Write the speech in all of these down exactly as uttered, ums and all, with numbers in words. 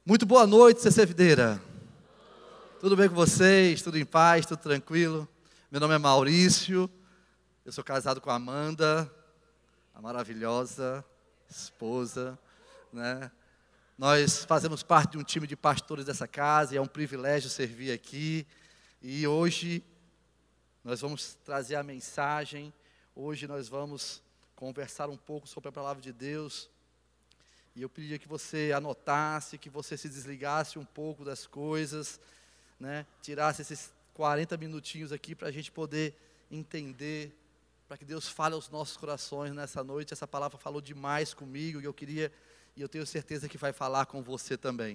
Muito boa noite, C C Videira. Tudo bem com vocês? Tudo em paz? Tudo tranquilo? Meu nome é Maurício, eu sou casado com a Amanda, a maravilhosa esposa, né? Nós fazemos parte de um time de pastores dessa casa e é um privilégio servir aqui. E hoje nós vamos trazer a mensagem, hoje nós vamos conversar um pouco sobre a palavra de Deus. E eu pedia que você anotasse, que você se desligasse um pouco das coisas, né? Tirasse esses quarenta minutinhos aqui para a gente poder entender, para que Deus fale aos nossos corações nessa noite. Essa palavra falou demais comigo e eu queria, e eu tenho certeza que vai falar com você também.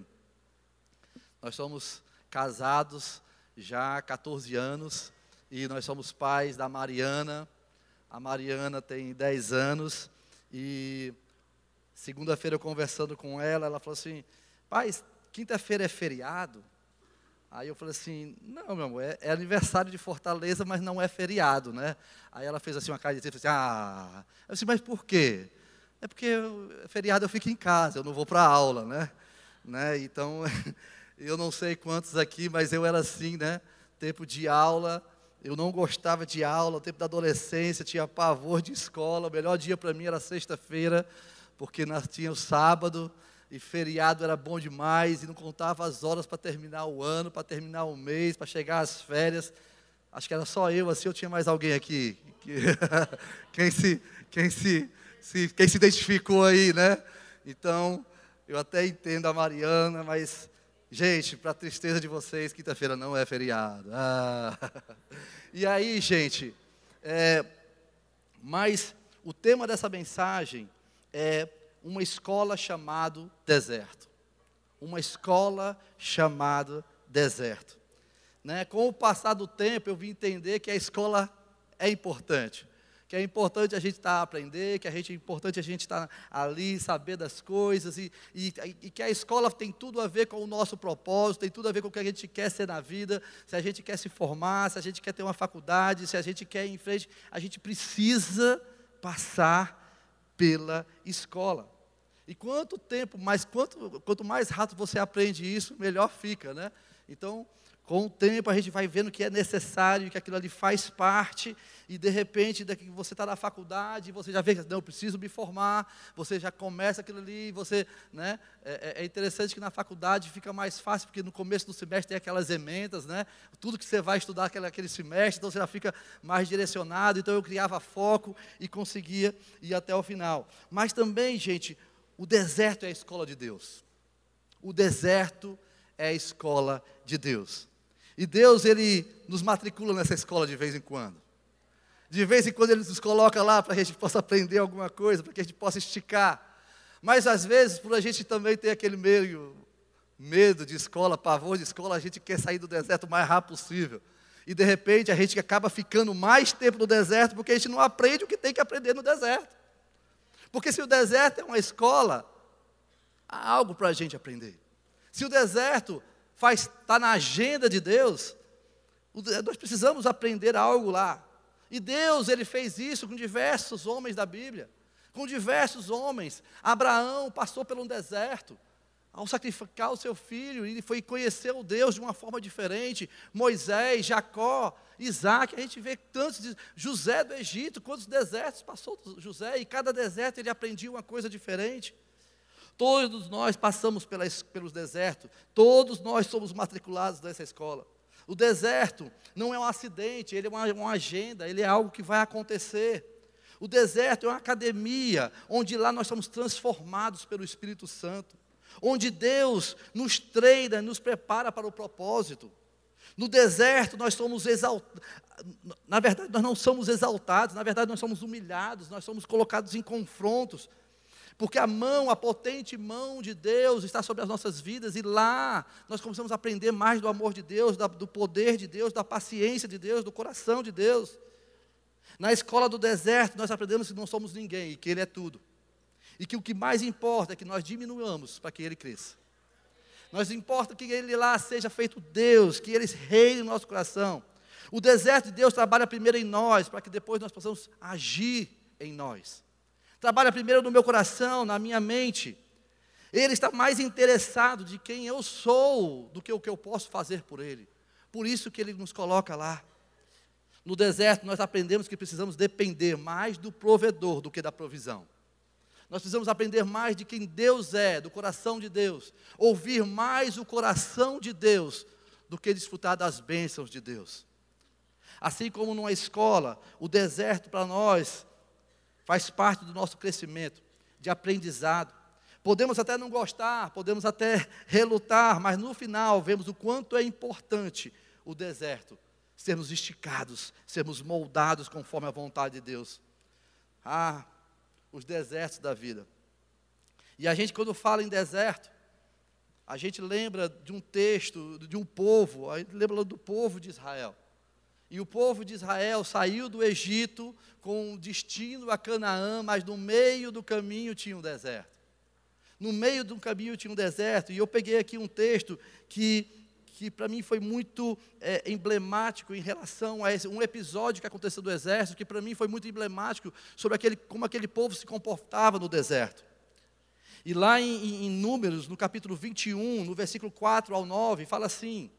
Nós somos casados já há quatorze anos e nós somos pais da Mariana. A Mariana tem dez anos e segunda-feira eu conversando com ela, ela falou assim: pai, quinta-feira é feriado? Aí eu falei assim: não, meu amor, é, é aniversário de Fortaleza, mas não é feriado, né? Aí ela fez assim uma cara de tristeza, assim, ah, eu disse, mas por quê? É porque eu, feriado eu fico em casa, eu não vou para a aula, né? né? Então, eu não sei quantos aqui, mas eu era assim, né? Tempo de aula, eu não gostava de aula, o tempo da adolescência, tinha pavor de escola, o melhor dia para mim era sexta-feira, porque nós tínhamos sábado, e feriado era bom demais, e não contava as horas para terminar o ano, para terminar o mês, para chegar às férias. Acho que era só eu, assim, eu tinha mais alguém aqui. Que, quem, se, quem, se, se, quem se identificou aí, né? Então, eu até entendo a Mariana, mas, gente, para a tristeza de vocês, quinta-feira não é feriado. Ah. E aí, gente, é, mas o tema dessa mensagem é uma escola chamada deserto. Uma escola chamada deserto. Né? Com o passar do tempo, eu vim entender que a escola é importante. Que é importante a gente estar a aprender, que a gente, é importante a gente estar ali, saber das coisas, e, e, e que a escola tem tudo a ver com o nosso propósito, tem tudo a ver com o que a gente quer ser na vida, se a gente quer se formar, se a gente quer ter uma faculdade, se a gente quer ir em frente, a gente precisa passar pela escola. E quanto tempo, mais, quanto, quanto mais rápido você aprende isso, melhor fica, né? Então, com o tempo a gente vai vendo que é necessário, que aquilo ali faz parte, e de repente, daqui que você está na faculdade, você já vê que, não, eu preciso me formar, você já começa aquilo ali, você, né? É, é interessante que na faculdade fica mais fácil, porque no começo do semestre tem aquelas emendas, né? Tudo que você vai estudar aquele, aquele semestre, então você já fica mais direcionado, então eu criava foco e conseguia ir até o final. Mas também, gente, o deserto é a escola de Deus. O deserto é a escola de Deus. E Deus, Ele nos matricula nessa escola de vez em quando. De vez em quando Ele nos coloca lá para que a gente possa aprender alguma coisa, para que a gente possa esticar. Mas às vezes, por a gente também ter aquele meio medo de escola, pavor de escola, a gente quer sair do deserto o mais rápido possível. E de repente a gente acaba ficando mais tempo no deserto, porque a gente não aprende o que tem que aprender no deserto. Porque se o deserto é uma escola, há algo para a gente aprender. Se o deserto está na agenda de Deus, nós precisamos aprender algo lá. E Deus, Ele fez isso com diversos homens da Bíblia. Com diversos homens. Abraão passou por um deserto. Ao sacrificar o seu filho, ele foi conhecer o Deus de uma forma diferente. Moisés, Jacó, Isaac, a gente vê tantos, de José do Egito, quantos desertos passou José, e cada deserto ele aprendia uma coisa diferente. Todos nós passamos pelas, pelos desertos, todos nós somos matriculados nessa escola. O deserto não é um acidente, ele é uma, uma agenda, ele é algo que vai acontecer. O deserto é uma academia, onde lá nós somos transformados pelo Espírito Santo, onde Deus nos treina, nos prepara para o propósito. No deserto nós somos exaltados, na verdade nós não somos exaltados, na verdade nós somos humilhados, nós somos colocados em confrontos, porque a mão, a potente mão de Deus está sobre as nossas vidas, e lá nós começamos a aprender mais do amor de Deus, do poder de Deus, da paciência de Deus, do coração de Deus. Na escola do deserto nós aprendemos que não somos ninguém, e que Ele é tudo. E que o que mais importa é que nós diminuamos para que Ele cresça. Nós importa que Ele lá seja feito Deus, que Ele reine no nosso coração. O deserto de Deus trabalha primeiro em nós, para que depois nós possamos agir em nós. Trabalha primeiro no meu coração, na minha mente. Ele está mais interessado de quem eu sou do que o que eu posso fazer por Ele. Por isso que Ele nos coloca lá. No deserto nós aprendemos que precisamos depender mais do provedor do que da provisão. Nós precisamos aprender mais de quem Deus é, do coração de Deus. Ouvir mais o coração de Deus do que desfrutar das bênçãos de Deus. Assim como numa escola, o deserto para nós faz parte do nosso crescimento, de aprendizado. Podemos até não gostar, podemos até relutar, mas no final vemos o quanto é importante o deserto. Sermos esticados, sermos moldados conforme a vontade de Deus. Ah, os desertos da vida. E a gente, quando fala em deserto, a gente lembra de um texto, de um povo, a gente lembra do povo de Israel. E o povo de Israel saiu do Egito com destino a Canaã, mas no meio do caminho tinha um deserto. No meio do caminho tinha um deserto, e eu peguei aqui um texto que... que para mim foi muito é, emblemático em relação a esse, um episódio que aconteceu do exército, que para mim foi muito emblemático sobre aquele, como aquele povo se comportava no deserto. E lá em, em, em Números, no capítulo vinte e um, no versículo quatro ao nove, fala assim: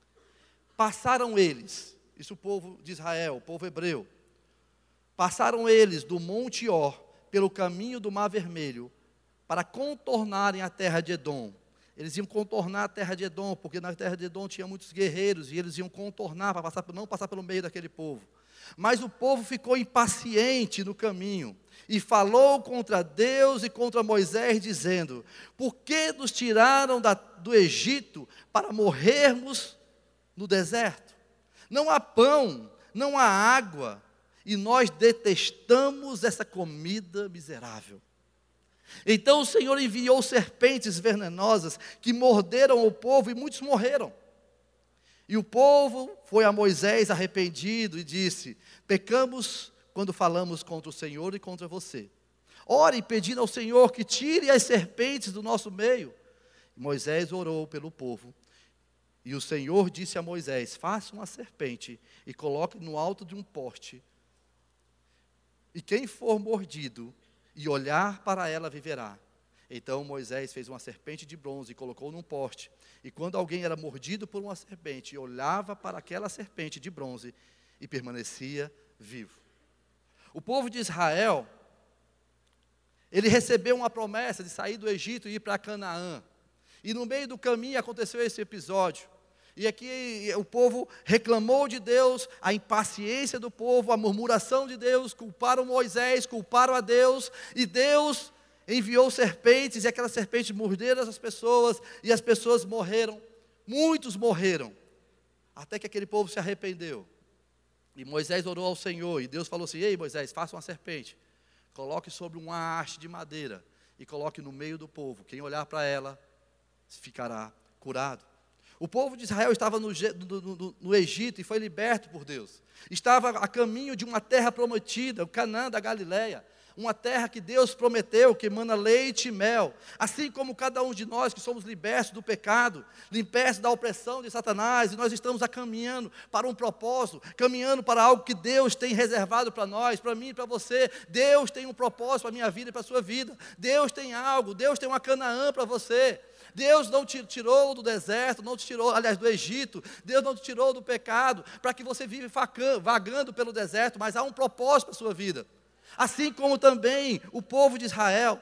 passaram eles, isso o povo de Israel, o povo hebreu, passaram eles do Monte Or, pelo caminho do Mar Vermelho, para contornarem a terra de Edom. Eles iam contornar a terra de Edom, porque na terra de Edom tinha muitos guerreiros, e eles iam contornar, para passar, não passar pelo meio daquele povo. Mas o povo ficou impaciente no caminho, e falou contra Deus e contra Moisés, dizendo: por que nos tiraram da, do Egito para morrermos no deserto? Não há pão, não há água, e nós detestamos essa comida miserável. Então o Senhor enviou serpentes venenosas que morderam o povo e muitos morreram. E o povo foi a Moisés arrependido e disse: pecamos quando falamos contra o Senhor e contra você. Ore pedindo ao Senhor que tire as serpentes do nosso meio. E Moisés orou pelo povo. E o Senhor disse a Moisés: faça uma serpente e coloque no alto de um poste. E quem for mordido e olhar para ela viverá. Então Moisés fez uma serpente de bronze e colocou num poste. E quando alguém era mordido por uma serpente, olhava para aquela serpente de bronze e permanecia vivo. O povo de Israel, ele recebeu uma promessa de sair do Egito e ir para Canaã. E no meio do caminho aconteceu esse episódio. E aqui o povo reclamou de Deus, a impaciência do povo, a murmuração de Deus, culparam Moisés, culparam a Deus, e Deus enviou serpentes, e aquelas serpentes morderam as pessoas, e as pessoas morreram, muitos morreram, até que aquele povo se arrependeu. E Moisés orou ao Senhor, e Deus falou assim: ei Moisés, faça uma serpente, coloque sobre uma haste de madeira, e coloque no meio do povo, quem olhar para ela, ficará curado. O povo de Israel estava no, no, no, no Egito e foi liberto por Deus. Estava a caminho de uma terra prometida, o Canaã da Galileia. Uma terra que Deus prometeu, que emana leite e mel. Assim como cada um de nós que somos libertos do pecado, libertos da opressão de Satanás, e nós estamos a caminhando para um propósito, caminhando para algo que Deus tem reservado para nós, para mim e para você. Deus tem um propósito para a minha vida e para a sua vida. Deus tem algo, Deus tem uma Canaã para você. Deus não te tirou do deserto, não te tirou, aliás, do Egito. Deus não te tirou do pecado, para que você vive vagando pelo deserto, mas há um propósito para a sua vida. Assim como também o povo de Israel.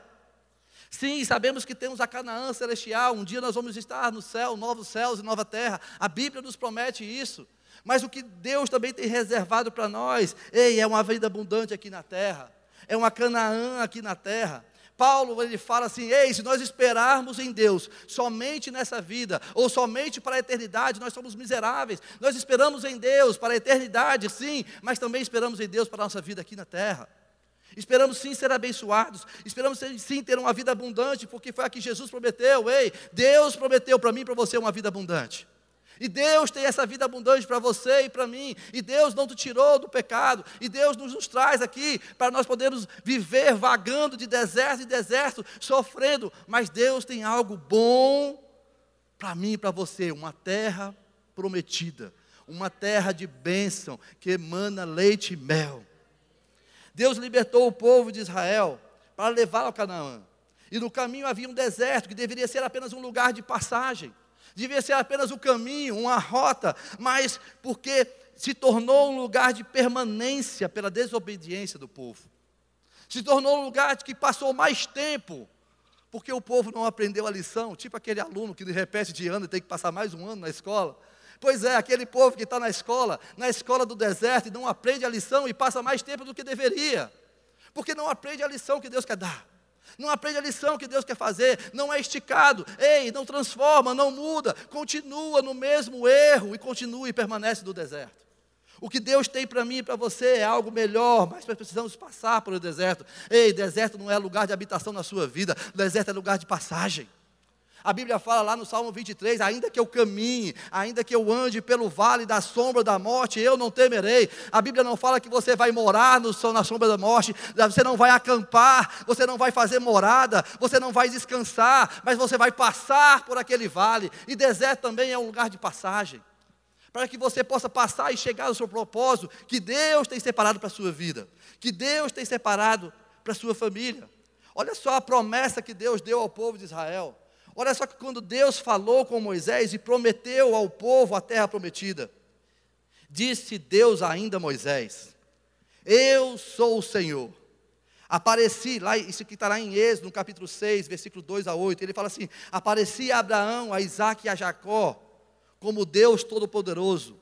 Sim, sabemos que temos a Canaã celestial, um dia nós vamos estar no céu, novos céus e nova terra. A Bíblia nos promete isso. Mas o que Deus também tem reservado para nós, ei, é uma vida abundante aqui na terra. É uma Canaã aqui na terra. Paulo, ele fala assim: ei, se nós esperarmos em Deus somente nessa vida, ou somente para a eternidade, nós somos miseráveis. Nós esperamos em Deus para a eternidade, sim, mas também esperamos em Deus para a nossa vida aqui na terra. Esperamos sim ser abençoados, esperamos sim ter uma vida abundante, porque foi a que Jesus prometeu. Ei, Deus prometeu para mim e para você uma vida abundante. E Deus tem essa vida abundante para você e para mim. E Deus não te tirou do pecado. E Deus nos, nos traz aqui para nós podermos viver vagando de deserto em deserto, sofrendo. Mas Deus tem algo bom para mim e para você. Uma terra prometida. Uma terra de bênção que emana leite e mel. Deus libertou o povo de Israel para levá-lo a Canaã. E no caminho havia um deserto, que deveria ser apenas um lugar de passagem. Devia ser apenas um caminho, uma rota, mas porque se tornou um lugar de permanência pela desobediência do povo. Se tornou um lugar que passou mais tempo, porque o povo não aprendeu a lição, tipo aquele aluno que repete de ano e tem que passar mais um ano na escola. Pois é, aquele povo que está na escola, na escola do deserto, e não aprende a lição e passa mais tempo do que deveria, porque não aprende a lição que Deus quer dar, não aprende a lição que Deus quer fazer, não é esticado, ei, não transforma, não muda, continua no mesmo erro e continua e permanece no deserto. O que Deus tem para mim e para você é algo melhor, mas nós precisamos passar pelo deserto. Ei, deserto não é lugar de habitação na sua vida, deserto é lugar de passagem. A Bíblia fala lá no Salmo vinte e três, ainda que eu caminhe, ainda que eu ande pelo vale da sombra da morte, eu não temerei. A Bíblia não fala que você vai morar no, na sombra da morte, você não vai acampar, você não vai fazer morada, você não vai descansar, mas você vai passar por aquele vale. E deserto também é um lugar de passagem, para que você possa passar e chegar ao seu propósito, que Deus tem separado para a sua vida, que Deus tem separado para a sua família. Olha só a promessa que Deus deu ao povo de Israel. Olha só que quando Deus falou com Moisés e prometeu ao povo a terra prometida, disse Deus ainda a Moisés: eu sou o Senhor. Apareci, lá, isso que está lá em Êxodo, no capítulo seis, versículo dois a oito, ele fala assim: apareci a Abraão, a Isaque e a Jacó, como Deus Todo-Poderoso,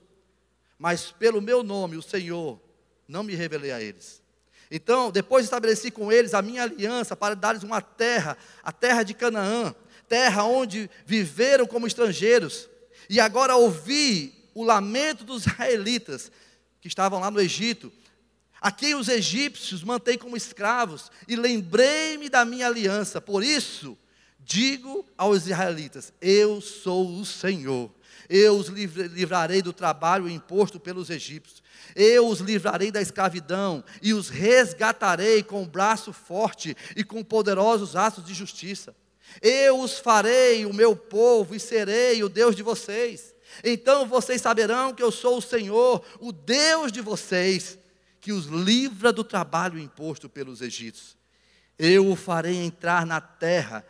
mas pelo meu nome, o Senhor, não me revelei a eles. Então, depois estabeleci com eles a minha aliança para dar-lhes uma terra, a terra de Canaã, terra onde viveram como estrangeiros. E agora ouvi o lamento dos israelitas, que estavam lá no Egito, a quem os egípcios mantêm como escravos, e lembrei-me da minha aliança. Por isso, digo aos israelitas: eu sou o Senhor. Eu os livrarei do trabalho imposto pelos egípcios. Eu os livrarei da escravidão e os resgatarei com braço forte e com poderosos atos de justiça. Eu os farei o meu povo e serei o Deus de vocês. Então vocês saberão que eu sou o Senhor, o Deus de vocês, que os livra do trabalho imposto pelos egípcios. Eu o farei entrar na terra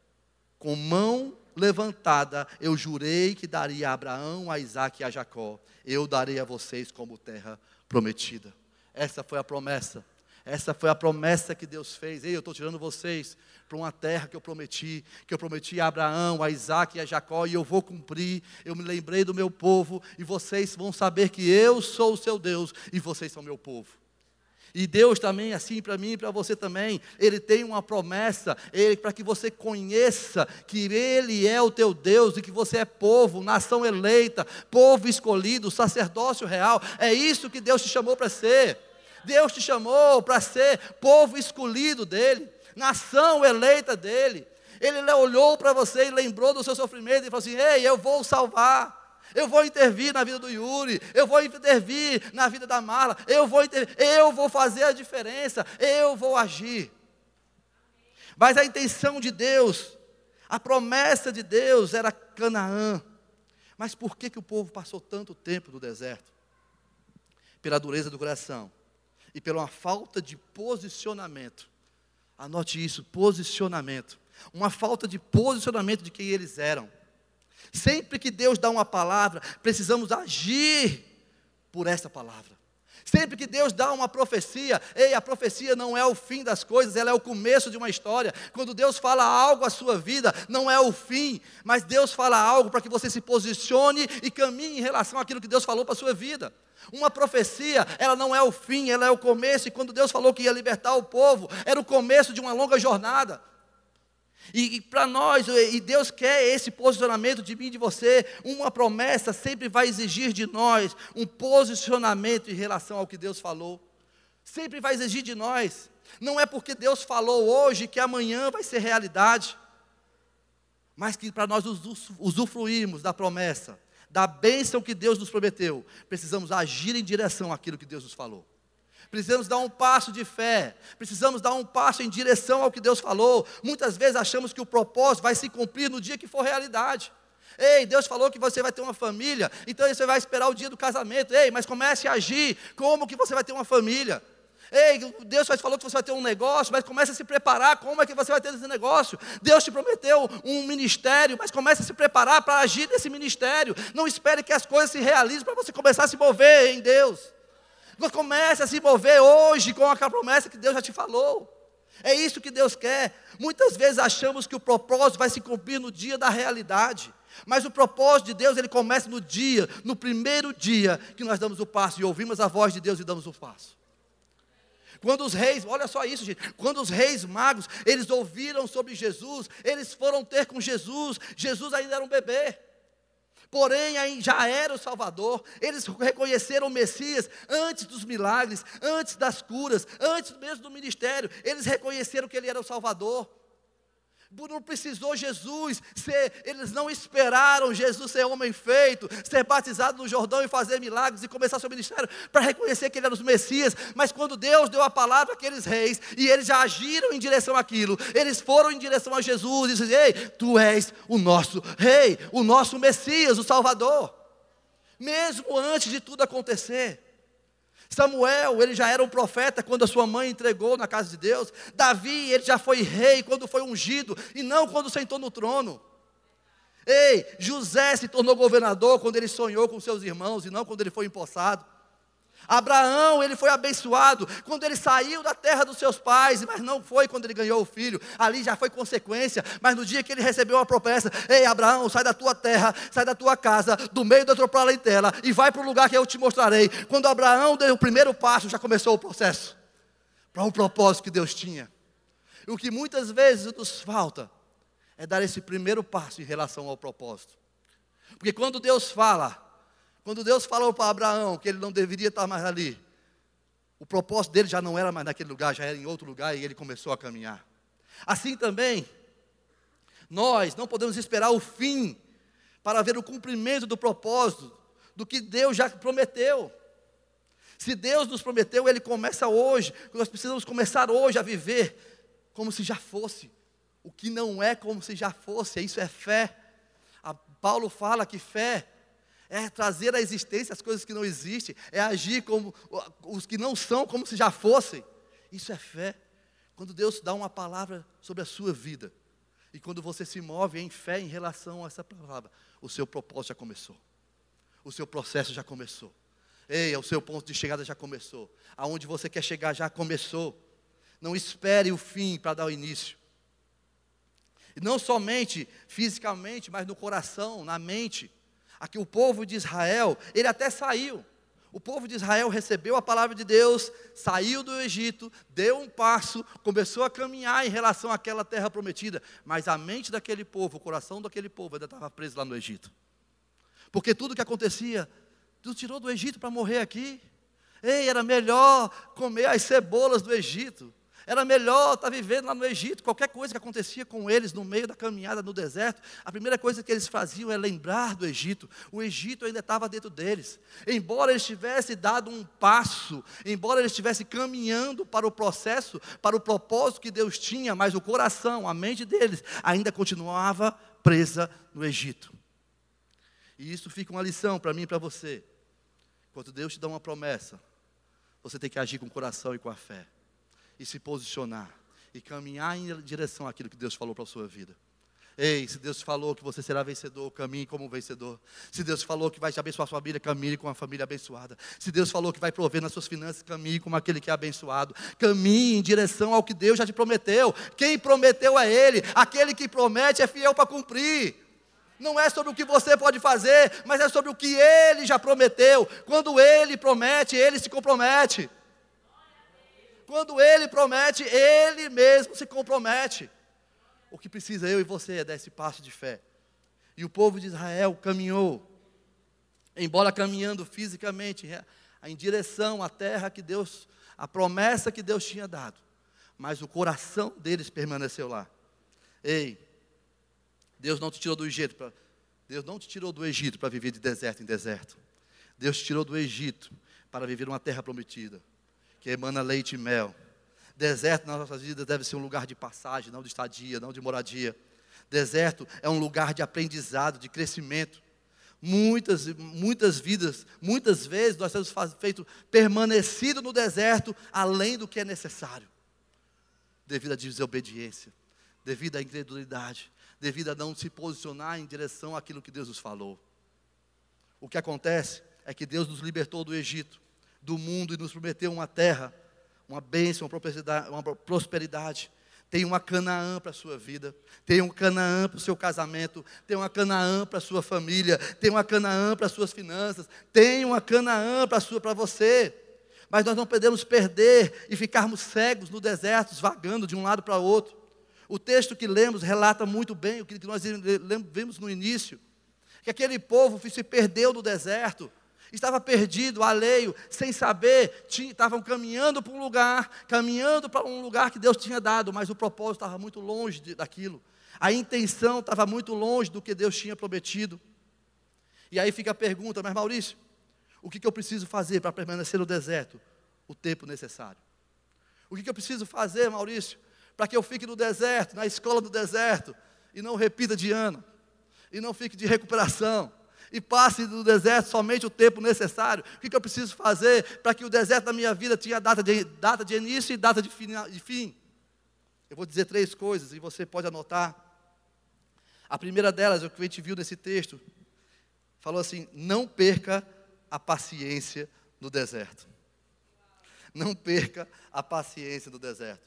com mão levantada. Eu jurei que daria a Abraão, a Isaque e a Jacó. Eu darei a vocês como terra prometida. Essa foi a promessa. Essa foi a promessa que Deus fez. Ei, eu estou tirando vocês para uma terra que eu prometi, que eu prometi a Abraão, a Isaque e a Jacó, e eu vou cumprir. Eu me lembrei do meu povo, e vocês vão saber que eu sou o seu Deus, e vocês são meu povo. E Deus também, assim para mim e para você também, Ele tem uma promessa, para que você conheça que Ele é o teu Deus, e que você é povo, nação eleita, povo escolhido, sacerdócio real. É isso que Deus te chamou para ser. Deus te chamou para ser povo escolhido dEle, nação eleita dEle. Ele olhou para você e lembrou do seu sofrimento e falou assim: ei, eu vou salvar. Eu vou intervir na vida do Yuri, eu vou intervir na vida da Marla, eu vou, intervir, eu vou fazer a diferença, eu vou agir. Mas a intenção de Deus, a promessa de Deus era Canaã. Mas por que, que o povo passou tanto tempo no deserto? Pela dureza do coração e pela falta de posicionamento. Anote isso, posicionamento. Uma falta de posicionamento de quem eles eram. Sempre que Deus dá uma palavra, precisamos agir por essa palavra. Sempre que Deus dá uma profecia, ei, a profecia não é o fim das coisas, ela é o começo de uma história. Quando Deus fala algo à sua vida, não é o fim, mas Deus fala algo para que você se posicione e caminhe em relação àquilo que Deus falou para a sua vida. Uma profecia, ela não é o fim, ela é o começo. E quando Deus falou que ia libertar o povo, era o começo de uma longa jornada. E, e para nós, e Deus quer esse posicionamento de mim e de você. Uma promessa sempre vai exigir de nós um posicionamento em relação ao que Deus falou. Sempre vai exigir de nós. Não é porque Deus falou hoje que amanhã vai ser realidade, mas que para nós usufruirmos da promessa, da bênção que Deus nos prometeu, precisamos agir em direção àquilo que Deus nos falou. Precisamos dar um passo de fé, precisamos dar um passo em direção ao que Deus falou. Muitas vezes achamos que o propósito vai se cumprir no dia que for realidade. Ei, Deus falou que você vai ter uma família, então você vai esperar o dia do casamento. Ei, mas comece a agir como que você vai ter uma família. Ei, Deus só falou que você vai ter um negócio, mas comece a se preparar, como é que você vai ter esse negócio? Deus te prometeu um ministério, mas comece a se preparar para agir nesse ministério. Não espere que as coisas se realizem para você começar a se mover em Deus. Comece a se mover hoje com aquela promessa que Deus já te falou. É isso que Deus quer. Muitas vezes achamos que o propósito vai se cumprir no dia da realidade. Mas o propósito de Deus, ele começa no dia, no primeiro dia que nós damos o passo e ouvimos a voz de Deus e damos o passo. Quando os reis, olha só isso, gente, quando os reis magos, eles ouviram sobre Jesus, eles foram ter com Jesus, Jesus ainda era um bebê, porém aí já era o Salvador, eles reconheceram o Messias antes dos milagres, antes das curas, antes mesmo do ministério, eles reconheceram que ele era o Salvador. Não precisou Jesus ser, eles não esperaram Jesus ser homem feito, ser batizado no Jordão e fazer milagres e começar seu ministério para reconhecer que ele era o Messias. Mas quando Deus deu a palavra àqueles reis e eles já agiram em direção àquilo, eles foram em direção a Jesus e disseram: ei, tu és o nosso rei, o nosso Messias, o Salvador. Mesmo antes de tudo acontecer. Samuel, ele já era um profeta quando a sua mãe entregou na casa de Deus. Davi, ele já foi rei quando foi ungido e não quando sentou no trono. Ei, José se tornou governador quando ele sonhou com seus irmãos e não quando ele foi empossado. Abraão, ele foi abençoado quando ele saiu da terra dos seus pais, mas não foi quando ele ganhou o filho, ali já foi consequência, mas no dia que ele recebeu a promessa: ei Abraão, sai da tua terra, sai da tua casa, do meio da tua parentela, e vai para o lugar que eu te mostrarei. Quando Abraão deu o primeiro passo, já começou o processo, para um propósito que Deus tinha. E o que muitas vezes nos falta, é dar esse primeiro passo em relação ao propósito, porque quando Deus fala, Quando Deus falou para Abraão que ele não deveria estar mais ali, o propósito dele já não era mais naquele lugar, já era em outro lugar, e ele começou a caminhar. Assim também, nós não podemos esperar o fim para ver o cumprimento do propósito, do que Deus já prometeu. Se Deus nos prometeu, Ele começa hoje. Nós precisamos começar hoje a viver como se já fosse. O que não é como se já fosse, isso é fé. A Paulo fala que fé é trazer à existência as coisas que não existem, é agir como os que não são, como se já fossem. Isso é fé. Quando Deus dá uma palavra sobre a sua vida, e quando você se move em fé em relação a essa palavra, o seu propósito já começou, o seu processo já começou. Ei, o seu ponto de chegada já começou, aonde você quer chegar já começou. Não espere o fim para dar o início. E não somente fisicamente, mas no coração, na mente. Aqui o povo de Israel, ele até saiu. O povo de Israel recebeu a palavra de Deus, saiu do Egito, deu um passo, começou a caminhar em relação àquela terra prometida. Mas a mente daquele povo, o coração daquele povo ainda estava preso lá no Egito. Porque tudo que acontecia, Deus tirou do Egito para morrer aqui. Ei, era melhor comer as cebolas do Egito. Era melhor estar vivendo lá no Egito. Qualquer coisa que acontecia com eles no meio da caminhada no deserto, a primeira coisa que eles faziam é lembrar do Egito. O Egito ainda estava dentro deles. Embora eles tivessem dado um passo, embora eles estivessem caminhando para o processo, para o propósito que Deus tinha, mas o coração, a mente deles, ainda continuava presa no Egito. E isso fica uma lição para mim e para você. Quando Deus te dá uma promessa, você tem que agir com o coração e com a fé. E se posicionar, e caminhar em direção àquilo que Deus falou para a sua vida. Ei, se Deus falou que você será vencedor, caminhe como um vencedor. Se Deus falou que vai te abençoar a sua família, caminhe com uma família abençoada. Se Deus falou que vai prover nas suas finanças, caminhe como aquele que é abençoado. Caminhe em direção ao que Deus já te prometeu. Quem prometeu é Ele. Aquele que promete é fiel para cumprir. Não é sobre o que você pode fazer, mas é sobre o que Ele já prometeu. Quando Ele promete, Ele se compromete. Quando Ele promete, Ele mesmo se compromete. O que precisa eu e você é dar esse passo de fé. E o povo de Israel caminhou, embora caminhando fisicamente em direção à terra que Deus, a promessa que Deus tinha dado, mas o coração deles permaneceu lá. Ei, Deus não te tirou do Egito para, Deus não te tirou do Egito para viver de deserto em deserto. Deus te tirou do Egito para viver uma terra prometida, que emana leite e mel. Deserto nas nossas vidas deve ser um lugar de passagem, não de estadia, não de moradia. Deserto é um lugar de aprendizado, de crescimento. Muitas, muitas vidas, muitas vezes nós temos feito permanecido no deserto além do que é necessário, devido à desobediência, devido à incredulidade, devido a não se posicionar em direção àquilo que Deus nos falou. O que acontece é que Deus nos libertou do Egito, do mundo, e nos prometeu uma terra, uma bênção, uma prosperidade, uma prosperidade. Tem uma Canaã para a sua vida, tem um Canaã para o seu casamento, tem uma Canaã para a sua família, tem uma Canaã para as suas finanças, tem uma Canaã para sua, para você. Mas nós não podemos perder e ficarmos cegos no deserto, vagando de um lado para o outro. O texto que lemos relata muito bem o que nós vimos no início, que aquele povo se perdeu no deserto, estava perdido, alheio, sem saber, tinha, estavam caminhando para um lugar, caminhando para um lugar que Deus tinha dado, mas o propósito estava muito longe de, daquilo, a intenção estava muito longe do que Deus tinha prometido. E aí fica a pergunta: mas Maurício, o que, que eu preciso fazer para permanecer no deserto o tempo necessário? O que, que eu preciso fazer, Maurício, para que eu fique no deserto, na escola do deserto, e não repita de ano, e não fique de recuperação, e passe no deserto somente o tempo necessário? O que, que eu preciso fazer para que o deserto da minha vida tenha data de, data de início e data de, final, de fim? Eu vou dizer três coisas e você pode anotar. A primeira delas, é o que a gente viu nesse texto, falou assim: não perca a paciência no deserto. Não perca a paciência no deserto.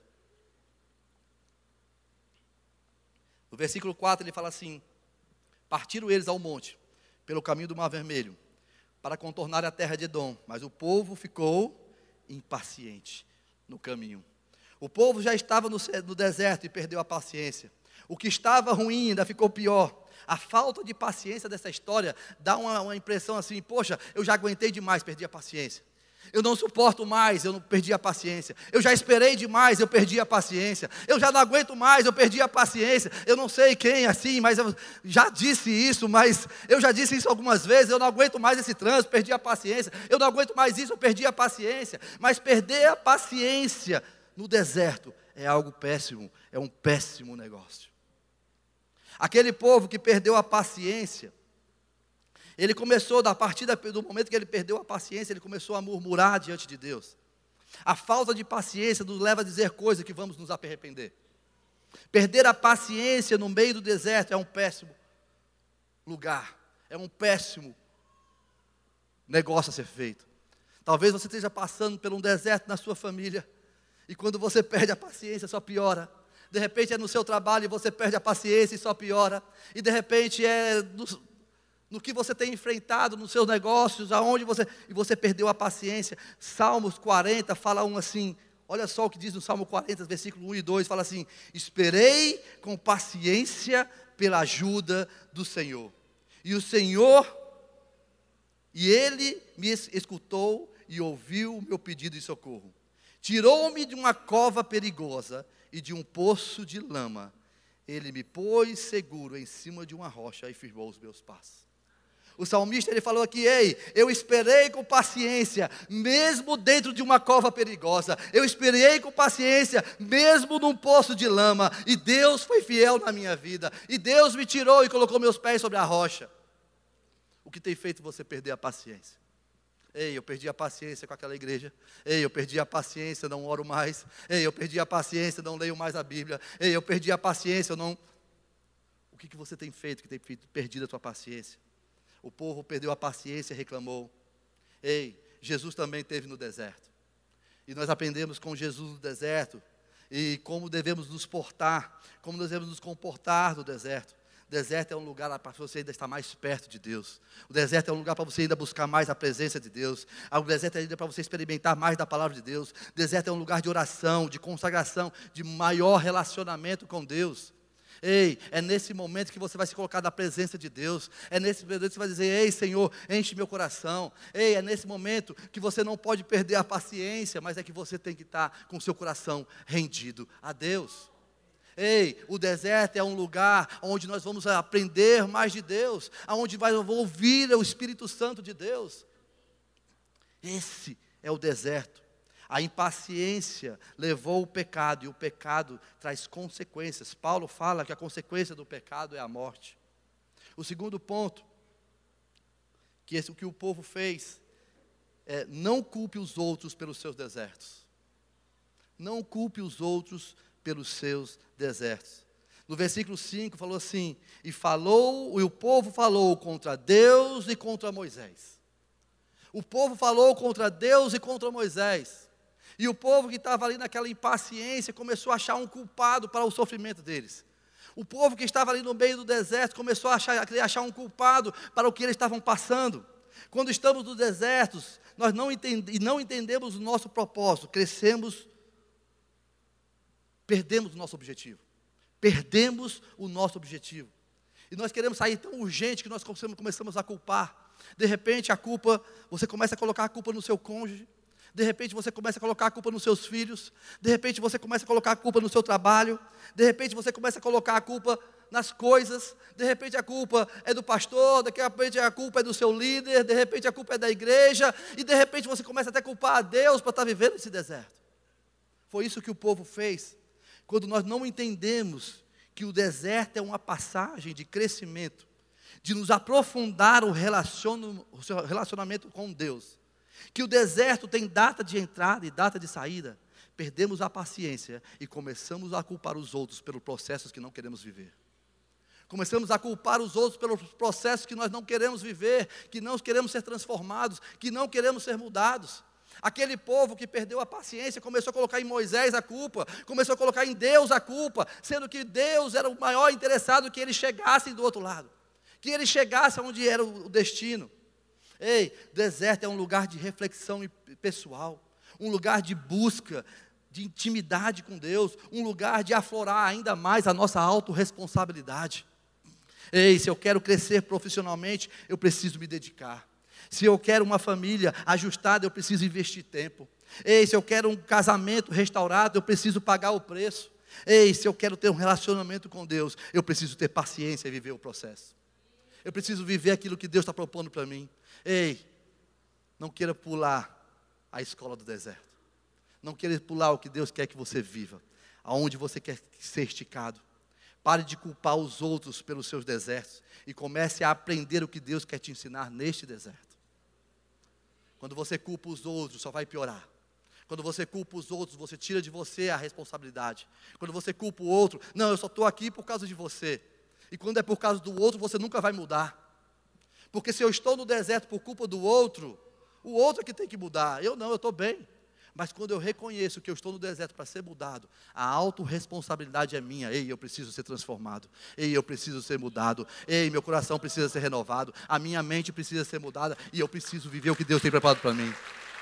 No versículo quatro ele fala assim: partiram eles ao monte, pelo caminho do Mar Vermelho, para contornar a terra de Edom, mas o povo ficou impaciente no caminho. O povo já estava no, no deserto e perdeu a paciência. O que estava ruim ainda ficou pior. A falta de paciência dessa história dá uma, uma impressão assim: poxa, eu já aguentei demais, perdi a paciência. Eu não suporto mais, eu não perdi a paciência. Eu já esperei demais, eu perdi a paciência. Eu já não aguento mais, eu perdi a paciência. Eu não sei quem assim, mas eu já disse isso, mas eu já disse isso algumas vezes. Eu não aguento mais esse trânsito, perdi a paciência. Eu não aguento mais isso, eu perdi a paciência. Mas perder a paciência no deserto é algo péssimo, é um péssimo negócio. Aquele povo que perdeu a paciência, ele começou, a partir do momento que ele perdeu a paciência, ele começou a murmurar diante de Deus. A falta de paciência nos leva a dizer coisas que vamos nos arrepender. Perder a paciência no meio do deserto é um péssimo lugar, é um péssimo negócio a ser feito. Talvez você esteja passando por um deserto na sua família, e quando você perde a paciência, só piora. De repente é no seu trabalho e você perde a paciência e só piora. E de repente é no, no que você tem enfrentado, nos seus negócios, aonde você, e você perdeu a paciência. Salmos quarenta fala um assim, olha só o que diz no Salmo quarenta, versículo um e dois, fala assim: esperei com paciência pela ajuda do Senhor. E o Senhor, e Ele me escutou e ouviu o meu pedido de socorro. Tirou-me de uma cova perigosa e de um poço de lama. Ele me pôs seguro em cima de uma rocha e firmou os meus passos. O salmista, ele falou aqui: ei, eu esperei com paciência, mesmo dentro de uma cova perigosa. Eu esperei com paciência, mesmo num poço de lama. E Deus foi fiel na minha vida. E Deus me tirou e colocou meus pés sobre a rocha. O que tem feito você perder a paciência? Ei, eu perdi a paciência com aquela igreja. Ei, eu perdi a paciência, não oro mais. Ei, eu perdi a paciência, não leio mais a Bíblia. Ei, eu perdi a paciência, eu não... O que, que você tem feito que tem perdido a sua paciência? O povo perdeu a paciência e reclamou. Ei, Jesus também esteve no deserto. E nós aprendemos com Jesus no deserto. E como devemos nos portar, como devemos nos comportar no deserto. O deserto é um lugar para você ainda estar mais perto de Deus. O deserto é um lugar para você ainda buscar mais a presença de Deus. O deserto é ainda para você experimentar mais da palavra de Deus. O deserto é um lugar de oração, de consagração, de maior relacionamento com Deus. Ei, é nesse momento que você vai se colocar na presença de Deus. É nesse momento que você vai dizer: ei, Senhor, enche meu coração. Ei, é nesse momento que você não pode perder a paciência, mas é que você tem que estar com o seu coração rendido a Deus. Ei, o deserto é um lugar onde nós vamos aprender mais de Deus, onde vai ouvir o Espírito Santo de Deus. Esse é o deserto. A impaciência levou o pecado, e o pecado traz consequências. Paulo fala que a consequência do pecado é a morte. O segundo ponto que esse, o que o povo fez é: não culpe os outros pelos seus desertos. Não culpe os outros pelos seus desertos. No versículo cinco falou assim: e falou, e o povo falou contra Deus e contra Moisés. O povo falou contra Deus e contra Moisés. E o povo que estava ali naquela impaciência começou a achar um culpado para o sofrimento deles. O povo que estava ali no meio do deserto começou a achar, a achar um culpado para o que eles estavam passando. Quando estamos no deserto, nós não, entende, e não entendemos o nosso propósito, crescemos, perdemos o nosso objetivo. Perdemos o nosso objetivo. E nós queremos sair tão urgente que nós começamos a culpar. De repente a culpa, você começa a colocar a culpa no seu cônjuge. De repente você começa a colocar a culpa nos seus filhos. De repente você começa a colocar a culpa no seu trabalho. De repente você começa a colocar a culpa nas coisas. De repente a culpa é do pastor. De repente a culpa é do seu líder. De repente a culpa é da igreja. E de repente você começa até a culpar a Deus para estar vivendo esse deserto. Foi isso que o povo fez. Quando nós não entendemos que o deserto é uma passagem de crescimento, de nos aprofundar o relacionamento com Deus, que o deserto tem data de entrada e data de saída, perdemos a paciência e começamos a culpar os outros pelos processos que não queremos viver. Começamos a culpar os outros pelos processos que nós não queremos viver, que não queremos ser transformados, que não queremos ser mudados. Aquele povo que perdeu a paciência começou a colocar em Moisés a culpa, começou a colocar em Deus a culpa, sendo que Deus era o maior interessado que eles chegassem do outro lado, que eles chegassem onde era o destino. Ei, deserto é um lugar de reflexão pessoal, um lugar de busca, de intimidade com Deus, um lugar de aflorar ainda mais a nossa autorresponsabilidade. Ei, se eu quero crescer profissionalmente, eu preciso me dedicar. Se eu quero uma família ajustada, eu preciso investir tempo. Ei, se eu quero um casamento restaurado, eu preciso pagar o preço. Ei, se eu quero ter um relacionamento com Deus, eu preciso ter paciência e viver o processo. Eu preciso viver aquilo que Deus está propondo para mim. Ei, não queira pular a escola do deserto. Não queira pular o que Deus quer que você viva. Aonde você quer ser esticado. Pare de culpar os outros pelos seus desertos. E comece a aprender o que Deus quer te ensinar neste deserto. Quando você culpa os outros, só vai piorar. Quando você culpa os outros, você tira de você a responsabilidade. Quando você culpa o outro, não, eu só estou aqui por causa de você. E quando é por causa do outro, você nunca vai mudar. Porque se eu estou no deserto por culpa do outro, o outro é que tem que mudar. Eu não, eu estou bem. Mas quando eu reconheço que eu estou no deserto para ser mudado, a autorresponsabilidade é minha. Ei, eu preciso ser transformado. Ei, eu preciso ser mudado. Ei, meu coração precisa ser renovado. A minha mente precisa ser mudada. E eu preciso viver o que Deus tem preparado para mim.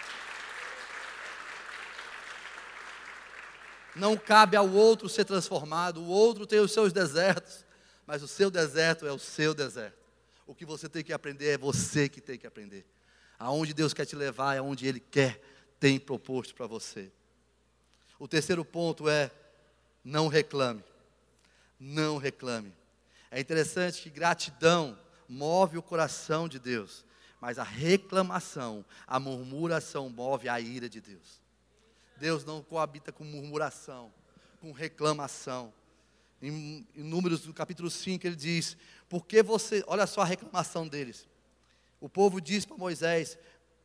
Não cabe ao outro ser transformado. O outro tem os seus desertos. Mas o seu deserto é o seu deserto. O que você tem que aprender é você que tem que aprender. Aonde Deus quer te levar é onde Ele quer, tem proposto para você. O terceiro ponto é: não reclame. Não reclame. É interessante que gratidão move o coração de Deus, mas a reclamação, a murmuração move a ira de Deus. Deus não coabita com murmuração, com reclamação. Em, em Números, no capítulo cinco, ele diz: porque você, olha só a reclamação deles. O povo diz para Moisés: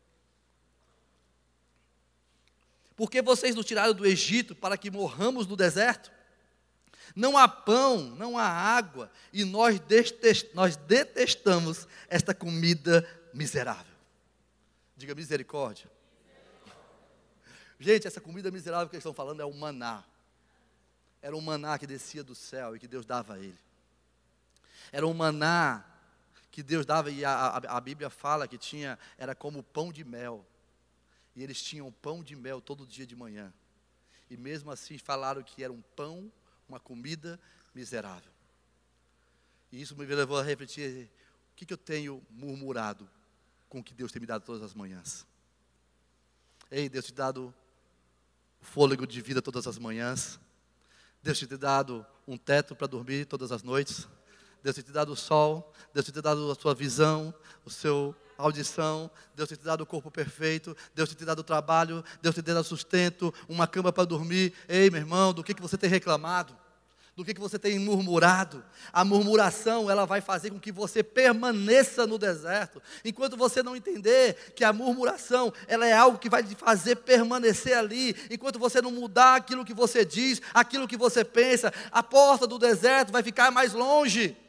por que vocês nos tiraram do Egito para que morramos no deserto? Não há pão, não há água, e nós, detest, nós detestamos esta comida miserável. Diga misericórdia. Gente, essa comida miserável que eles estão falando é o maná. Era um maná que descia do céu e que Deus dava a ele. Era um maná que Deus dava, e a, a, a Bíblia fala que tinha, era como pão de mel. E eles tinham pão de mel todo dia de manhã. E mesmo assim falaram que era um pão, uma comida miserável. E isso me levou a refletir: o que, que eu tenho murmurado com o que Deus tem me dado todas as manhãs? Ei, Deus te dado o fôlego de vida todas as manhãs. Deus te tem dado um teto para dormir todas as noites. Deus tem te dado o sol. Deus tem te dado a sua visão, o seu audição. Deus tem te dado o corpo perfeito. Deus tem te dado o trabalho. Deus tem te dado sustento, uma cama para dormir. Ei, meu irmão, do que, que você tem reclamado? do que, que você tem murmurado. A murmuração, ela vai fazer com que você permaneça no deserto. Enquanto você não entender que a murmuração, ela é algo que vai te fazer permanecer ali. Enquanto você não mudar aquilo que você diz, aquilo que você pensa, a porta do deserto vai ficar mais longe.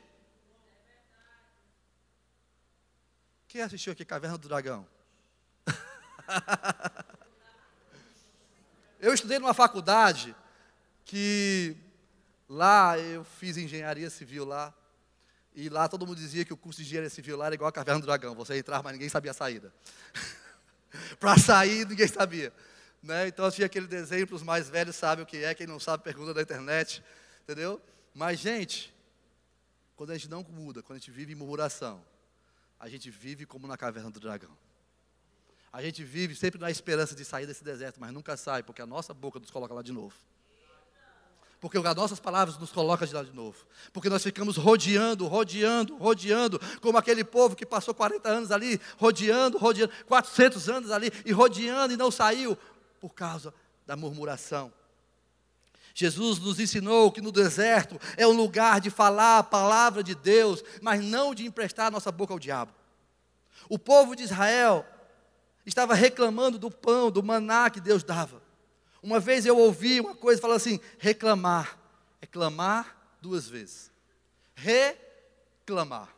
Quem assistiu aqui Caverna do Dragão? Eu estudei numa faculdade que lá eu fiz engenharia civil lá, e lá todo mundo dizia que o curso de engenharia civil lá era igual a Caverna do Dragão, você entrava, mas ninguém sabia a saída. Para sair, ninguém sabia. Né? Então tinha aquele desenho, para os mais velhos sabem o que é, quem não sabe pergunta na internet, entendeu? Mas gente, quando a gente não muda, quando a gente vive em murmuração, a gente vive como na Caverna do Dragão. A gente vive sempre na esperança de sair desse deserto, mas nunca sai, porque a nossa boca nos coloca lá de novo. Porque as nossas palavras nos colocam de lá de novo. Porque nós ficamos rodeando, rodeando, rodeando, como aquele povo que passou quarenta anos ali, rodeando, rodeando, quatrocentos anos ali, e rodeando e não saiu, por causa da murmuração. Jesus nos ensinou que no deserto é um lugar de falar a palavra de Deus, mas não de emprestar a nossa boca ao diabo. O povo de Israel estava reclamando do pão, do maná que Deus dava. Uma vez eu ouvi uma coisa falando assim: reclamar é clamar duas vezes. Reclamar,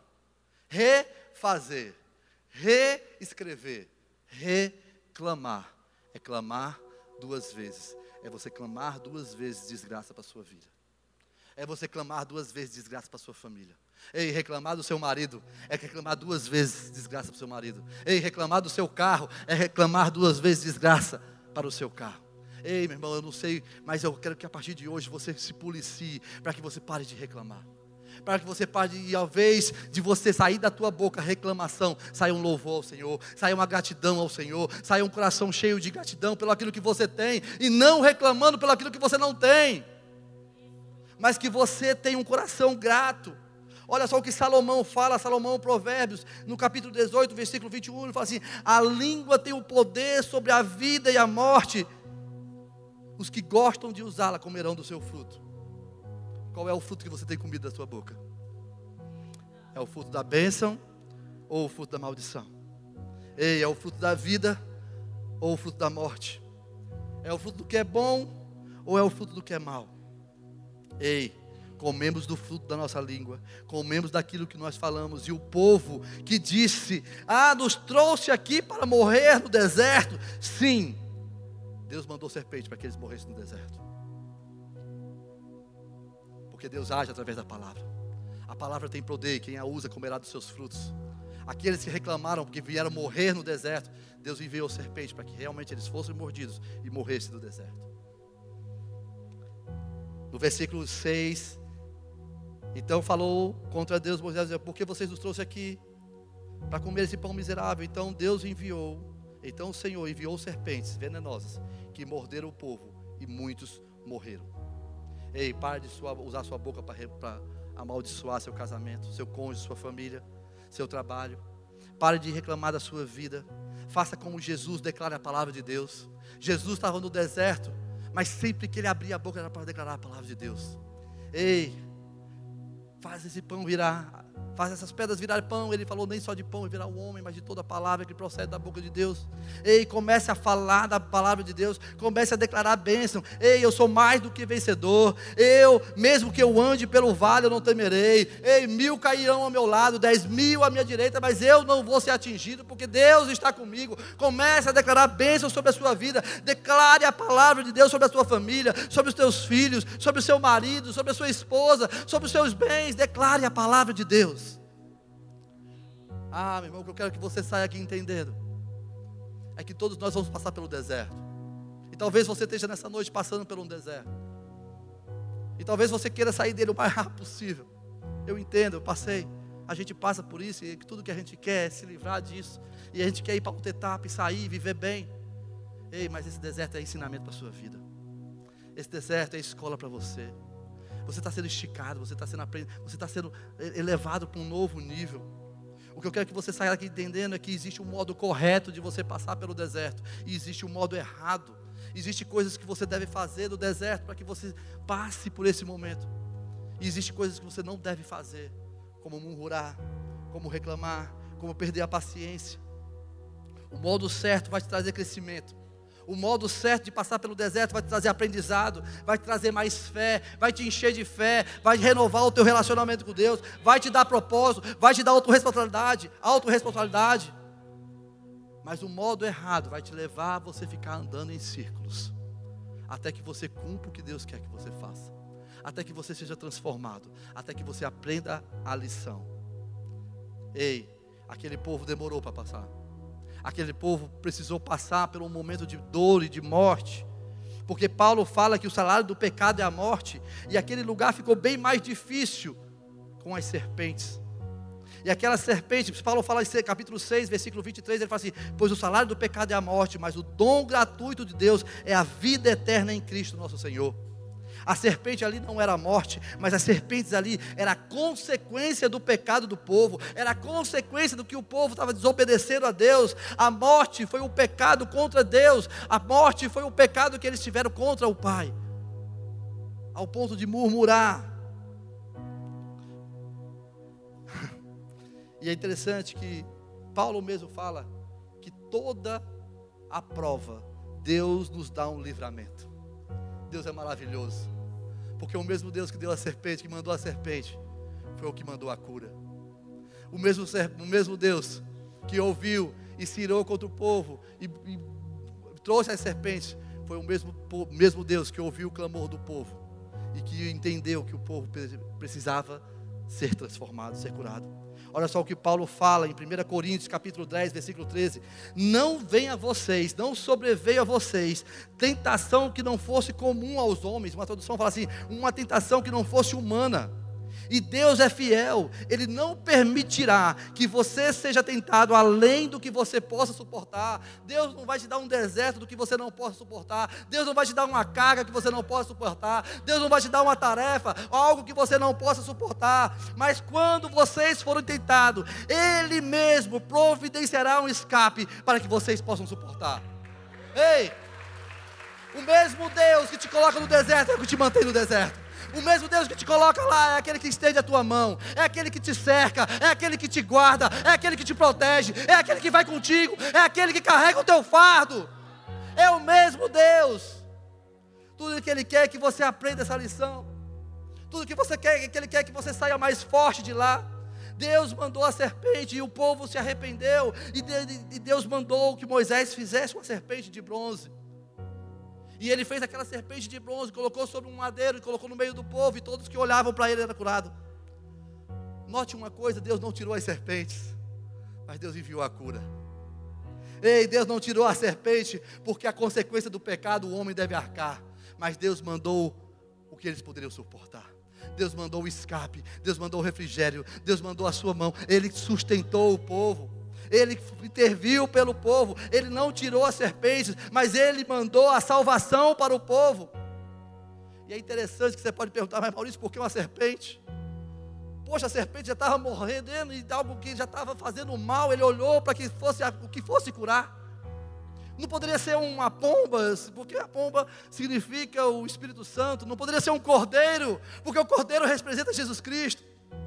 refazer, reescrever, reclamar é clamar duas vezes. É você clamar duas vezes desgraça para a sua vida. É você clamar duas vezes desgraça para a sua família. Ei, reclamar do seu marido é reclamar duas vezes desgraça para o seu marido. Ei, reclamar do seu carro é reclamar duas vezes desgraça para o seu carro. Ei, meu irmão, eu não sei, mas eu quero que a partir de hoje você se policie, para que você pare de reclamar. Para que você pare, e ao invés de você sair da tua boca reclamação, saia um louvor ao Senhor, saia uma gratidão ao Senhor, saia um coração cheio de gratidão pelo aquilo que você tem, e não reclamando pelo aquilo que você não tem, mas que você tenha um coração grato. Olha só o que Salomão fala, Salomão Provérbios, no capítulo dezoito, versículo vinte e um, ele fala assim: a língua tem o poder sobre a vida e a morte, os que gostam de usá-la comerão do seu fruto. Qual é o fruto que você tem comido da sua boca? É o fruto da bênção ou o fruto da maldição? Ei, é o fruto da vida ou o fruto da morte? É o fruto do que é bom ou é o fruto do que é mal? Ei, comemos do fruto da nossa língua, comemos daquilo que nós falamos. E o povo que disse: ah, nos trouxe aqui para morrer no deserto. Sim, Deus mandou serpente para que eles morressem no deserto. Porque Deus age através da palavra. A palavra tem poder, e quem a usa comerá dos seus frutos. Aqueles que reclamaram porque vieram morrer no deserto, Deus enviou serpente para que realmente eles fossem mordidos e morressem no deserto. No versículo seis, então falou contra Deus Moisés, dizendo: por que vocês nos trouxeram aqui para comer esse pão miserável? Então Deus enviou, então o Senhor enviou serpentes venenosas que morderam o povo e muitos morreram. Ei, pare de sua, usar sua boca para amaldiçoar seu casamento, seu cônjuge, sua família, seu trabalho. Pare de reclamar da sua vida. Faça como Jesus, declare a palavra de Deus. Jesus estava no deserto, mas sempre que ele abria a boca era para declarar a palavra de Deus. Ei, faz esse pão virar, faz essas pedras virarem pão. Ele falou nem só de pão e virar o homem, mas de toda a palavra que procede da boca de Deus. Ei, comece a falar da palavra de Deus, comece a declarar a bênção. Ei, eu sou mais do que vencedor. Eu, mesmo que eu ande pelo vale, eu não temerei. Ei, mil cairão ao meu lado, dez mil à minha direita, mas eu não vou ser atingido, porque Deus está comigo. Comece a declarar bênção sobre a sua vida. Declare a palavra de Deus sobre a sua família, sobre os teus filhos, sobre o seu marido, sobre a sua esposa, sobre os seus bens. Declare a palavra de Deus. Ah, meu irmão, o que eu quero que você saia aqui entendendo é que todos nós vamos passar pelo deserto. E talvez você esteja nessa noite passando por um deserto. E talvez você queira sair dele o mais rápido possível. Eu entendo, eu passei. A gente passa por isso e tudo que a gente quer é se livrar disso. E a gente quer ir para outra etapa e sair, viver bem. Ei, mas esse deserto é ensinamento para a sua vida. Esse deserto é escola para você. Você está sendo esticado, você está sendo, você está sendo elevado para um novo nível. O que eu quero que você saia aqui entendendo é que existe um modo correto de você passar pelo deserto. E existe um modo errado. Existem coisas que você deve fazer no deserto para que você passe por esse momento. E existem coisas que você não deve fazer, como murmurar, como reclamar, como perder a paciência. O modo certo vai te trazer crescimento. O modo certo de passar pelo deserto vai te trazer aprendizado, vai te trazer mais fé, vai te encher de fé, vai renovar o teu relacionamento com Deus, vai te dar propósito, vai te dar autorresponsabilidade, autorresponsabilidade. Mas o modo errado vai te levar a você ficar andando em círculos, até que você cumpra o que Deus quer que você faça, até que você seja transformado, até que você aprenda a lição. Ei, aquele povo demorou para passar. Aquele povo precisou passar por um momento de dor e de morte, porque Paulo fala que o salário do pecado é a morte, e aquele lugar ficou bem mais difícil com as serpentes. E aquela serpente, Paulo fala em capítulo seis, versículo vinte e três, ele fala assim: pois o salário do pecado é a morte, mas o dom gratuito de Deus é a vida eterna em Cristo nosso Senhor. A serpente ali não era a morte, mas as serpentes ali era a consequência do pecado do povo, era a consequência do que o povo estava desobedecendo a Deus. A morte foi o pecado contra Deus, a morte foi o pecado que eles tiveram contra o Pai, ao ponto de murmurar. E é interessante que Paulo mesmo fala que toda a prova, Deus nos dá um livramento. Deus é maravilhoso, porque o mesmo Deus que deu a serpente, que mandou a serpente, foi o que mandou a cura. O mesmo, o mesmo Deus que ouviu e se irou contra o povo e, e trouxe as serpentes, foi o mesmo, mesmo Deus que ouviu o clamor do povo e que entendeu que o povo precisava ser transformado, ser curado. Olha só o que Paulo fala em primeira Coríntios capítulo dez, versículo treze. Não venha a vocês, não sobreveio a vocês tentação que não fosse comum aos homens. Uma tradução fala assim: uma tentação que não fosse humana. E Deus é fiel, Ele não permitirá que você seja tentado além do que você possa suportar. Deus não vai te dar um deserto do que você não possa suportar. Deus não vai te dar uma carga que você não possa suportar. Deus não vai te dar uma tarefa, algo que você não possa suportar. Mas quando vocês forem tentados, Ele mesmo providenciará um escape para que vocês possam suportar. Ei, o mesmo Deus que te coloca no deserto é o que te mantém no deserto. O mesmo Deus que te coloca lá é aquele que estende a tua mão, é aquele que te cerca, é aquele que te guarda, é aquele que te protege, é aquele que vai contigo, é aquele que carrega o teu fardo. É o mesmo Deus. Tudo que Ele quer é que você aprenda essa lição. Tudo que você quer é que Ele quer que você saia mais forte de lá. Deus mandou a serpente e o povo se arrependeu, e Deus mandou que Moisés fizesse uma serpente de bronze. E ele fez aquela serpente de bronze, colocou sobre um madeiro e colocou no meio do povo, e todos que olhavam para ele eram curados. Note uma coisa: Deus não tirou as serpentes, mas Deus enviou a cura. Ei, Deus não tirou a serpente porque a consequência do pecado o homem deve arcar, mas Deus mandou o que eles poderiam suportar. Deus mandou o escape, Deus mandou o refrigério, Deus mandou a sua mão. Ele sustentou o povo, Ele interviu pelo povo. Ele não tirou as serpentes, mas Ele mandou a salvação para o povo. E é interessante que você pode perguntar: mas Maurício, por que uma serpente? Poxa, a serpente já estava morrendo e algo que já estava fazendo mal, Ele olhou para que fosse o que fosse curar. Não poderia ser uma pomba, porque a pomba significa o Espírito Santo. Não poderia ser um cordeiro, porque o cordeiro representa Jesus Cristo.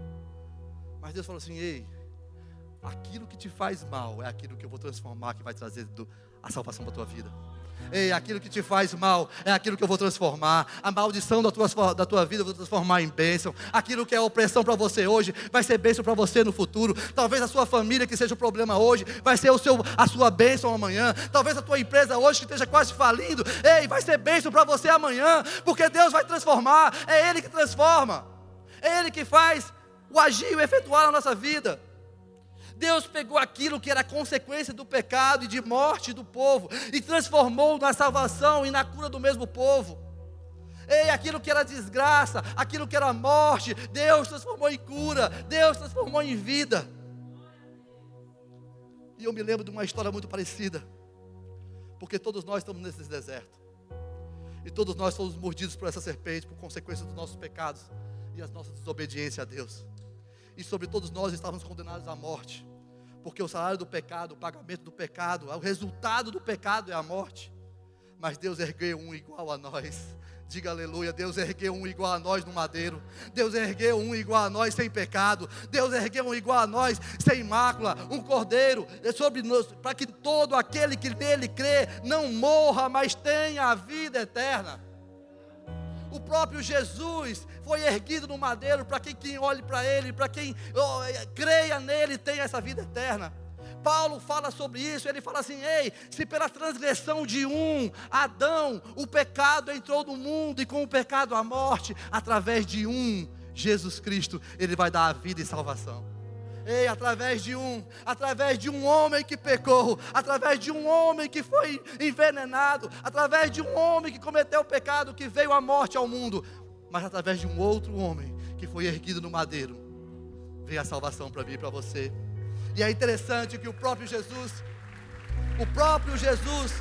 Mas Deus falou assim: ei, aquilo que te faz mal é aquilo que eu vou transformar, que vai trazer do, a salvação para a tua vida. Ei, aquilo que te faz mal é aquilo que eu vou transformar. A maldição da tua, da tua vida eu vou transformar em bênção. Aquilo que é opressão para você hoje vai ser bênção para você no futuro. Talvez a sua família, que seja o problema hoje, vai ser o seu, a sua bênção amanhã. Talvez a tua empresa hoje, que esteja quase falindo, ei, vai ser bênção para você amanhã, porque Deus vai transformar. É Ele que transforma, é Ele que faz o agir e o efetuar na nossa vida. Deus pegou aquilo que era consequência do pecado e de morte do povo e transformou na salvação e na cura do mesmo povo. Ei, aquilo que era desgraça, aquilo que era morte, Deus transformou em cura, Deus transformou em vida. E eu me lembro de uma história muito parecida, porque todos nós estamos nesse deserto, e todos nós fomos mordidos por essa serpente, por consequência dos nossos pecados e as nossas desobediências a Deus. E sobre todos nós estávamos condenados à morte, porque o salário do pecado, o pagamento do pecado, o resultado do pecado é a morte. Mas Deus ergueu um igual a nós, Diga aleluia. Deus ergueu um igual a nós no madeiro. Deus ergueu um igual a nós sem pecado. Deus ergueu um igual a nós sem mácula. Um cordeiro sobre nós, para que todo aquele que nele crê não morra, mas tenha a vida eterna. O próprio Jesus foi erguido no madeiro para que quem olhe para Ele, para quem oh, creia nele, tenha essa vida eterna. Paulo fala sobre isso, ele fala assim: ei, se pela transgressão de um, Adão, o pecado entrou no mundo, e com o pecado a morte, através de um, Jesus Cristo, Ele vai dar a vida e salvação. Ei, através de um, através de um homem que pecou, através de um homem que foi envenenado, através de um homem que cometeu o pecado, que veio a morte ao mundo, mas através de um outro homem que foi erguido no madeiro, veio a salvação para mim e para você. E é interessante que o próprio Jesus, o próprio Jesus,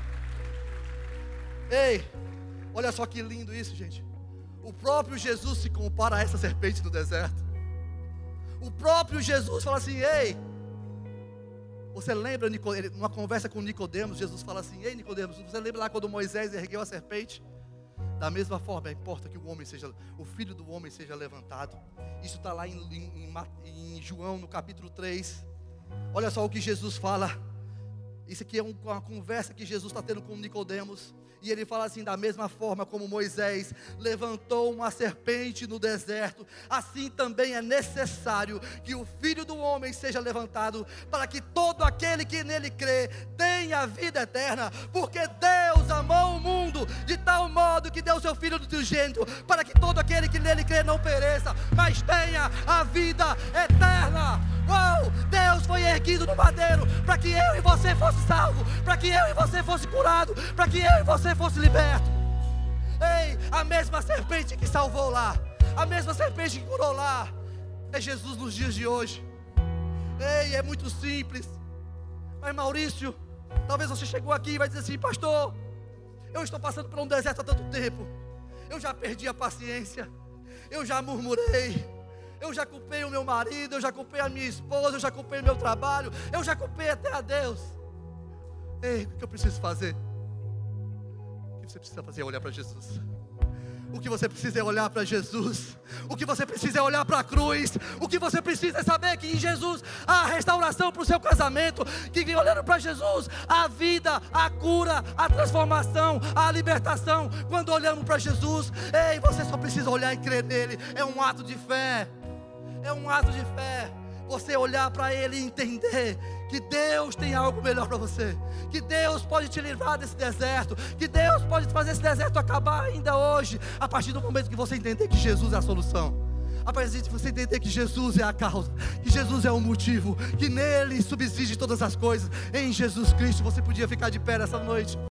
ei, olha só que lindo isso, gente. O próprio Jesus se compara a essa serpente do deserto. O próprio Jesus fala assim: ei, você lembra, numa conversa com Nicodemos, Jesus fala assim: ei Nicodemos, você lembra lá quando Moisés ergueu a serpente? Da mesma forma, importa que o homem seja, o filho do homem seja levantado. Isso está lá em, em, em João, no capítulo três. Olha só o que Jesus fala. Isso aqui é um, uma conversa que Jesus está tendo com Nicodemos. E ele fala assim: da mesma forma como Moisés levantou uma serpente no deserto, assim também é necessário que o Filho do Homem seja levantado, para que todo aquele que nele crê tenha a vida eterna. Porque Deus amou o mundo de tal modo que deu seu Filho unigênito, para que todo aquele que nele crê não pereça, mas tenha a vida eterna. Uau! Deus foi erguido no madeiro para que eu e você fosse salvo, para que eu e você fosse curado, para que eu e você fosse liberto. Ei, a mesma serpente que salvou lá, a mesma serpente que curou lá, é Jesus nos dias de hoje. Ei, é muito simples. Mas Maurício, talvez você chegou aqui e vai dizer assim: pastor, eu estou passando por um deserto há tanto tempo, eu já perdi a paciência, eu já murmurei, eu já culpei o meu marido, eu já culpei a minha esposa, eu já culpei o meu trabalho, eu já culpei até a Deus. Ei, o que eu preciso fazer? O que você precisa fazer é olhar para Jesus. O que você precisa é olhar para Jesus. O que você precisa é olhar para a cruz. O que você precisa é saber que em Jesus há a restauração para o seu casamento. Que olhando para Jesus, a vida, a cura, a transformação, a libertação. Quando olhamos para Jesus, ei, você só precisa olhar e crer nele. É um ato de fé. É um ato de fé. Você olhar para Ele e entender que Deus tem algo melhor para você, que Deus pode te livrar desse deserto, que Deus pode fazer esse deserto acabar ainda hoje, a partir do momento que você entender que Jesus é a solução, a partir de você entender que Jesus é a causa, que Jesus é o motivo, que nele subsiste todas as coisas. Em Jesus Cristo. Você podia ficar de pé nessa noite.